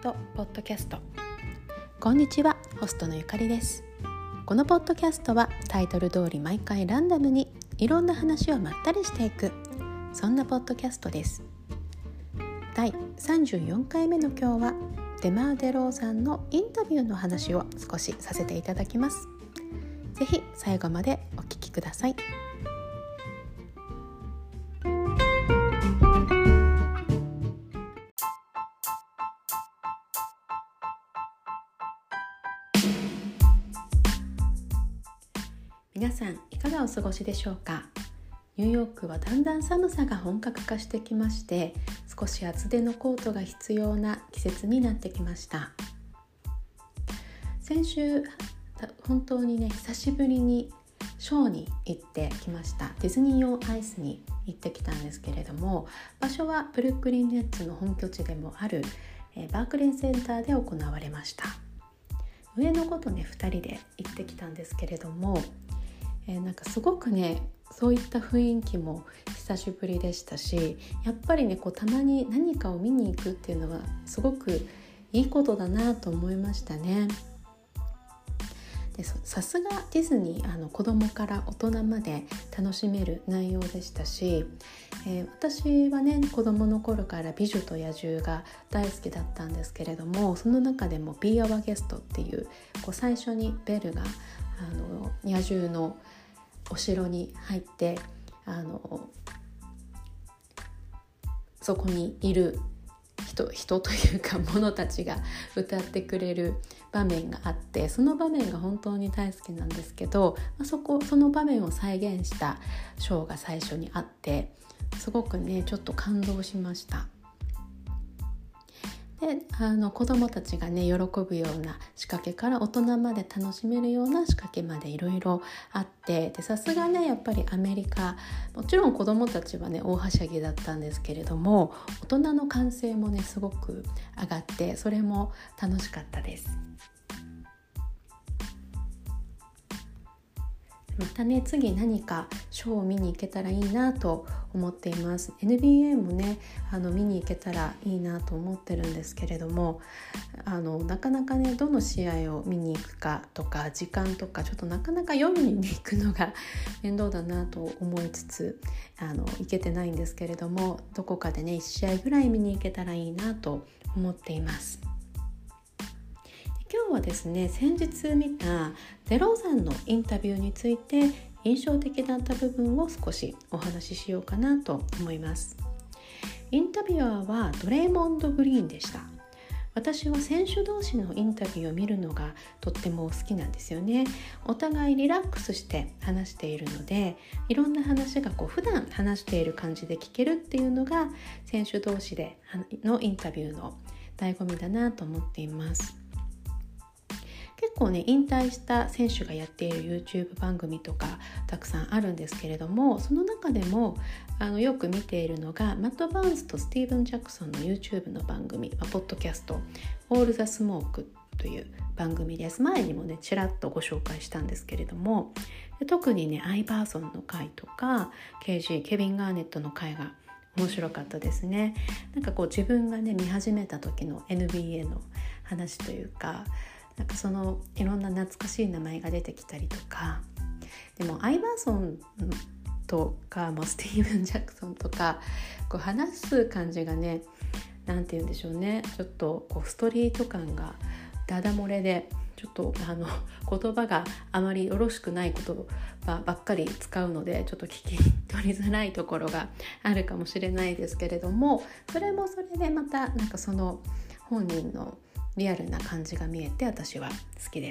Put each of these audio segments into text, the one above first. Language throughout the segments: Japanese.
トポッドキャスト。こんにちは、ホストのゆかりです。このポッドキャストはタイトル通り毎回ランダムにいろんな話をまったりしていく、そんなポッドキャストです。第34回目の今日はデマー・デローザンのインタビューの話を少しさせていただきます。ぜひ最後までお聞きください。皆さんいかがお過ごしでしょうか。ニューヨークはだんだん寒さが本格化してきまして、少し厚手のコートが必要な季節になってきました。先週本当にね、久しぶりにショーに行ってきました。ディズニー用アイスに行ってきたんですけれども、場所はブルックリンネッツの本拠地でもあるバークレーセンターで行われました。上の子とね2人で行ってきたんですけれども、なんかすごくね、そういった雰囲気も久しぶりでしたし、やっぱりねたまに何かを見に行くっていうのはすごくいいことだなと思いましたね。でさすがディズニー、子供から大人まで楽しめる内容でしたし、私はね子供の頃から美女と野獣が大好きだったんですけれども、その中でも Be Our Guest っていう最初にベルが野獣のお城に入ってそこにいる人というか物たちが歌ってくれる場面があって、その場面が本当に大好きなんですけど、その場面を再現したショーが最初にあって、すごくねちょっと感動しました。で子どもたちがね喜ぶような仕掛けから大人まで楽しめるような仕掛けまでいろいろあって、でさすがねやっぱりアメリカ、もちろん子どもたちはね大はしゃぎだったんですけれども、大人の歓声もねすごく上がって、それも楽しかったです。またね次何かショーを見に行けたらいいなと思っています。 NBA もね見に行けたらいいなと思ってるんですけれども、なかなかねどの試合を見に行くかとか時間とか、ちょっとなかなか夜に行くのが面倒だなと思いつつ行けてないんですけれども、どこかでね1試合ぐらい見に行けたらいいなと思っています。今日はですね、先日見たデローザンのインタビューについて印象的だった部分を少しお話ししようかなと思います。インタビュアーはドレイモンド・グリーンでした。私は選手同士のインタビューを見るのがとっても好きなんですよね。お互いリラックスして話しているので、いろんな話が普段話している感じで聞けるっていうのが選手同士でのインタビューの醍醐味だなと思っています。結構ね引退した選手がやっている YouTube 番組とかたくさんあるんですけれども、その中でもよく見ているのがマット・バーンズとスティーブン・ジャクソンの YouTube の番組、ポッドキャスト All the Smoke という番組です。前にもねちらっとご紹介したんですけれども、特にねアイバーソンの回とか KG ケビン・ガーネットの回が面白かったですね。なんか自分がね見始めた時の NBA の話というか、なんかいろんな懐かしい名前が出てきたりとか、でもアイバーソンとかスティーブン・ジャクソンとか話す感じがね、なんて言うんでしょうね、ちょっとストリート感がダダ漏れで、ちょっと言葉があまりよろしくない言葉ばっかり使うので、ちょっと聞き取りづらいところがあるかもしれないですけれども、それもそれでまたなんか本人のリアルな感じが見えて私は好きです。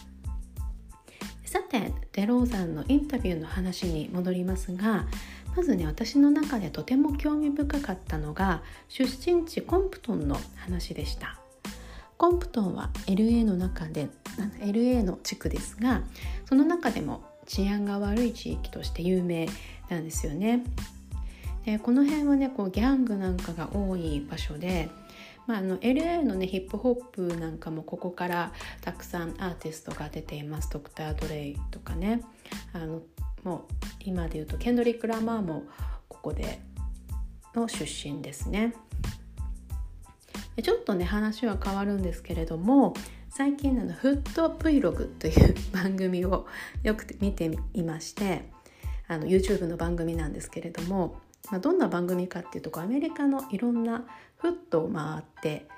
さてデローザンのインタビューの話に戻りますが、まずね私の中でとても興味深かったのが出身地コンプトンの話でした。コンプトンは LA の中で LA の地区ですが、その中でも治安が悪い地域として有名なんですよね。でこの辺はねギャングなんかが多い場所で、LA のねヒップホップなんかもここからたくさんアーティストが出ています。ドクター・ドレイとかね、もう今で言うとケンドリック・ラマーもここでの出身ですね。 ちょっとね話は変わるんですけれども、最近フット Vlog という番組をよく見ていまして、YouTube の番組なんですけれども、どんな番組かっていうと、アメリカのいろんなフットを回って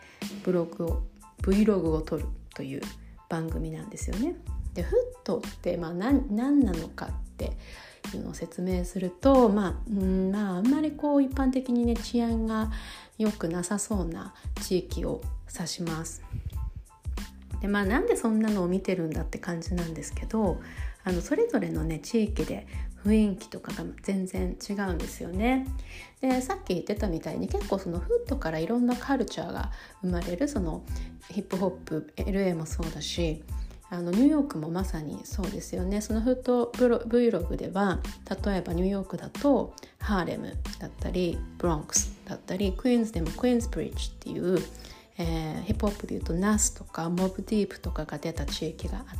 Vlog を撮るという番組なんですよね。でフットって何なのかっていうのを説明すると、あんまり一般的にね治安が良くなさそうな地域を指します。でなんでそんなのを見てるんだって感じなんですけど、それぞれのね地域で雰囲気とかが全然違うんですよね。でさっき言ってたみたいに結構そのフットからいろんなカルチャーが生まれる、そのヒップホップ LA もそうだし、ニューヨークもまさにそうですよね。そのフット Vlog では例えばニューヨークだとハーレムだったりブロンクスだったり、クイーンズでもクイーンズブリッジっていう、ヒップホップでいうとナスとかモブディープとかが出た地域があって、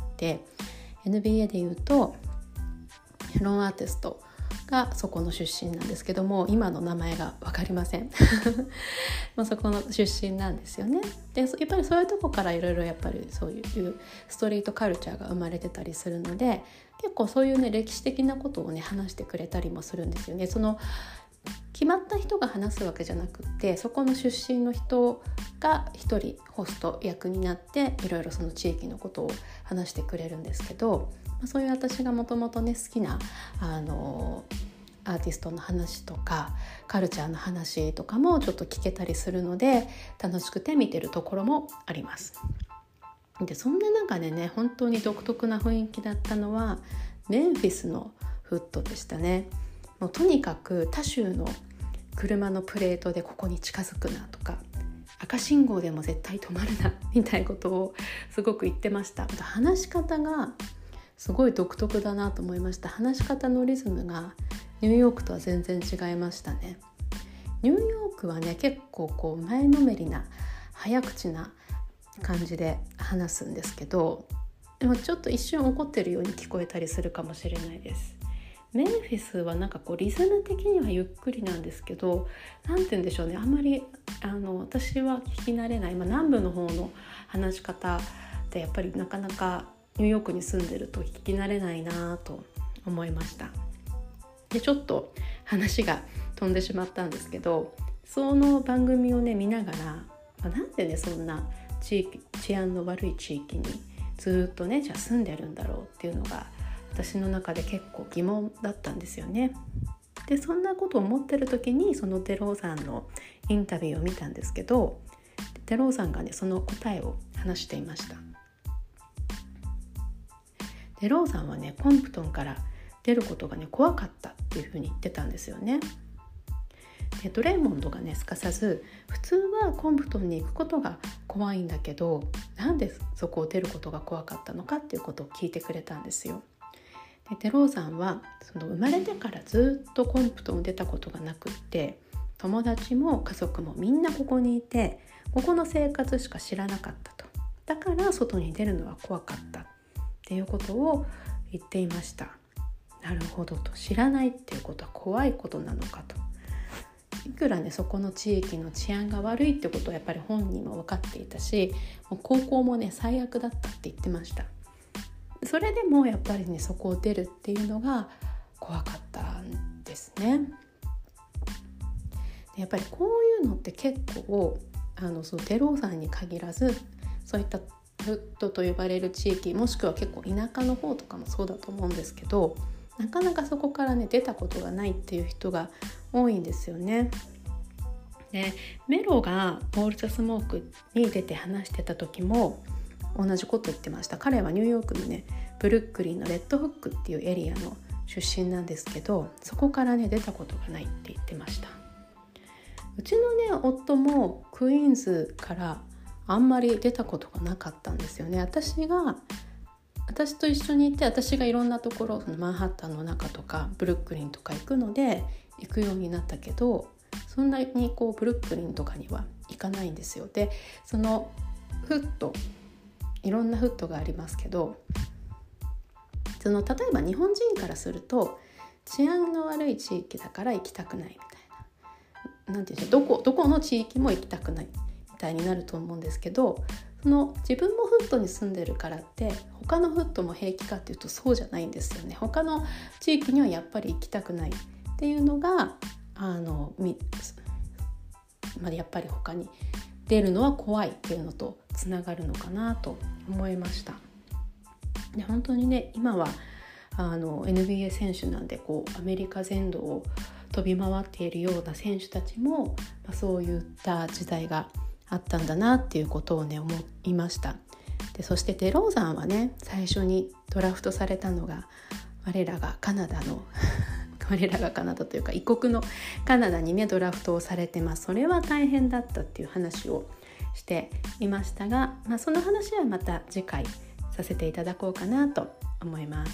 NBA でいうとロンアーティストがそこの出身なんですけども、今の名前が分かりませんそこの出身なんですよね。でやっぱりそういうとこからいろいろやっぱりそういうストリートカルチャーが生まれてたりするので、結構そういうね歴史的なことをね話してくれたりもするんですよね。その決まった人が話すわけじゃなくって、そこの出身の人が一人ホスト役になっていろいろその地域のことを話してくれるんですけど、そういう私がもともとね好きなアーティストの話とかカルチャーの話とかもちょっと聞けたりするので、楽しくて見てるところもあります。でそんな中でね本当に独特な雰囲気だったのはメンフィスのフットでしたね。もうとにかく他州の車のプレートでここに近づくなとか、赤信号でも絶対止まるなみたいなことをすごく言ってました。話し方がすごい独特だなと思いました。話し方のリズムがニューヨークとは全然違いましたね。ニューヨークはね結構前のめりな早口な感じで話すんですけど、でもちょっと一瞬怒ってるように聞こえたりするかもしれないです。メンフィスはリズム的にはゆっくりなんですけど、なんて言うんでしょうね、あんまり私は聞き慣れない、南部の方の話し方ってやっぱりなかなかニューヨークに住んでると聞き慣れないなと思いました。でちょっと話が飛んでしまったんですけど、その番組をね見ながら、なんでねそんな治安の悪い地域にずっとねじゃあ住んでるんだろうっていうのが私の中で結構疑問だったんですよね。でそんなことを思ってる時にそのデローザンのインタビューを見たんですけど、デローザンがねその答えを話していました。デローザンはねコンプトンから出ることがね怖かったっていうふうに言ってたんですよね。でドレイモンドがねすかさず、普通はコンプトンに行くことが怖いんだけど、なんでそこを出ることが怖かったのかっていうことを聞いてくれたんですよ。でデローザンは生まれてからずっとコンプトンを出たことがなくって、友達も家族もみんなここにいて、ここの生活しか知らなかったと。だから外に出るのは怖かったっていうことを言っていました。なるほどと、知らないっていうことは怖いことなのかと。いくらねそこの地域の治安が悪いってことはやっぱり本人も分かっていたし、もう高校もね最悪だったって言ってました。それでもやっぱりねそこを出るっていうのが怖かったんですね。でやっぱりこういうのって結構そのデローザンに限らず、そういったフットと呼ばれる地域、もしくは結構田舎の方とかもそうだと思うんですけど、なかなかそこからね出たことがないっていう人が多いんですよね。でメロがオール・ザ・スモークに出て話してた時も同じこと言ってました。彼はニューヨークのねブルックリンのレッドフックっていうエリアの出身なんですけど、そこからね出たことがないって言ってました。うちのね夫もクイーンズからあんまり出たことがなかったんですよね。私と一緒に行って、私がいろんなところ、そのマンハッタンの中とかブルックリンとか行くので行くようになったけど、そんなにブルックリンとかには行かないんですよ。でそのフット、いろんなフットがありますけど、例えば日本人からすると治安の悪い地域だから行きたくないみたいな、なんていうの、どこの地域も行きたくないみたいになると思うんですけど、その自分もフットに住んでるからって他のフットも平気かっていうとそうじゃないんですよね。他の地域にはやっぱり行きたくないっていうのがやっぱり他に出るのは怖いっていうのとつながるのかなと思いました。で本当にね、今はNBA 選手なんでアメリカ全土を飛び回っているような選手たちも、そういった時代があったんだなっていうことをね思いました。でそしてデローザンはね、最初にドラフトされたのが我らがカナダというか異国のカナダにねドラフトをされてます。それは大変だったっていう話をしていましたが、その話はまた次回させていただこうかなと思います。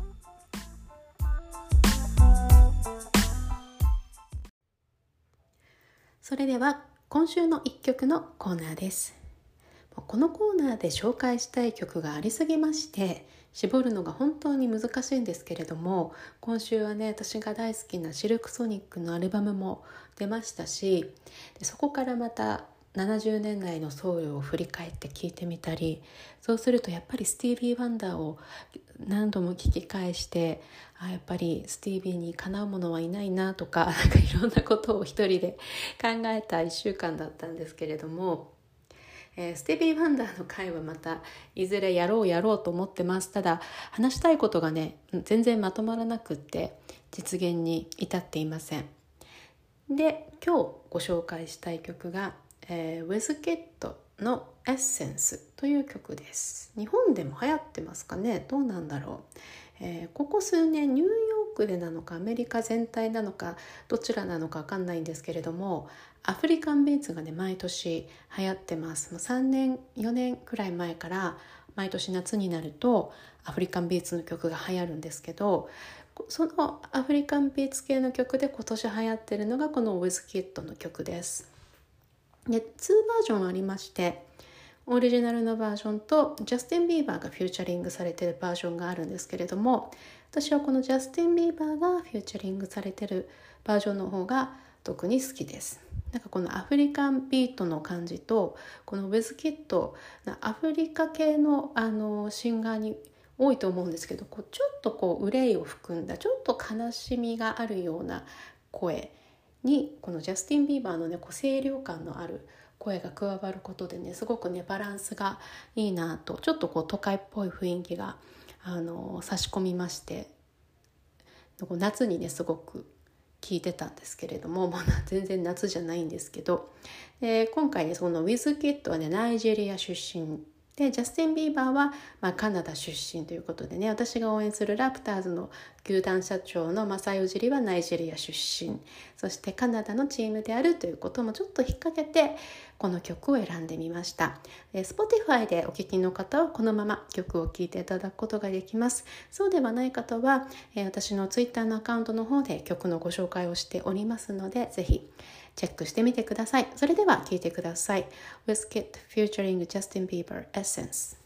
それでは今週の1曲のコーナーです。このコーナーで紹介したい曲がありすぎまして絞るのが本当に難しいんですけれども、今週はね、私が大好きなシルクソニックのアルバムも出ましたし、そこからまた70年代のソウルを振り返って聴いてみたり、そうするとやっぱりスティービー・ワンダーを何度も聴き返して、やっぱりスティービーにかなうものはいないなとか、いろんなことを一人で考えた1週間だったんですけれども、スティービー・ワンダーの回はまたいずれやろうと思ってます。ただ話したいことがね全然まとまらなくって実現に至っていません。で今日ご紹介したい曲がウィズキッドのエッセンスという曲です。日本でも流行ってますかね、どうなんだろう。ここ数年ニューヨークでなのかアメリカ全体なのかどちらなのか分かんないんですけれども、アフリカンビーツがね毎年流行ってます。3年4年くらい前から毎年夏になるとアフリカンビーツの曲が流行るんですけど、そのアフリカンビーツ系の曲で今年流行ってるのがこのウィズキッドの曲です。で2バージョンありまして、オリジナルのバージョンとジャスティン・ビーバーがフューチャリングされているバージョンがあるんですけれども、私はこのジャスティン・ビーバーがフューチャリングされているバージョンの方が特に好きです。このアフリカンビートの感じとこのウィズキッドアフリカ系のシンガーに多いと思うんですけど、ちょっと憂いを含んだちょっと悲しみがあるような声にこのジャスティン・ビーバーのね清涼感のある声が加わることでね、すごくねバランスがいいなと、ちょっと都会っぽい雰囲気が差し込みまして、夏にねすごく聴いてたんですけれども、全然夏じゃないんですけど、今回ねそのウィズキッドはねナイジェリア出身で、ジャスティン・ビーバーは、カナダ出身ということでね、私が応援するラプターズの球団社長のマサイ・ウジリはナイジェリア出身、そしてカナダのチームであるということもちょっと引っ掛けてこの曲を選んでみました。Spotify でお聴きの方はこのまま曲を聴いていただくことができます。そうではない方は、私の Twitter のアカウントの方で曲のご紹介をしておりますので、ぜひチェックしてみてください。それでは聴いてください。Wizkid featuring Justin Bieber Essence。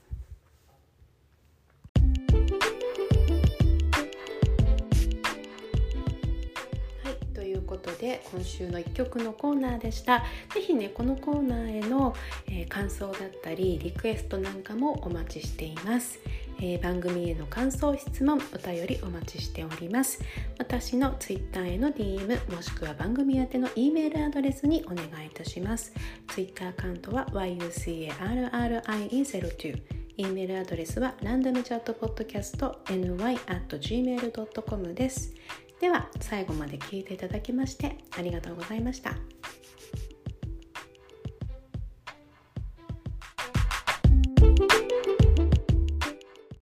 ということで今週の1曲のコーナーでした。ぜひねこのコーナーへの、感想だったりリクエストなんかもお待ちしています。番組への感想、質問、お便りお待ちしております。私の Twitter への DM もしくは番組宛ての E メールアドレスにお願いいたします。Twitter アカウントは yucarrie02。E メールアドレスは randomchatpodcastny@gmail.com です。では最後まで聞いていただきましてありがとうございました。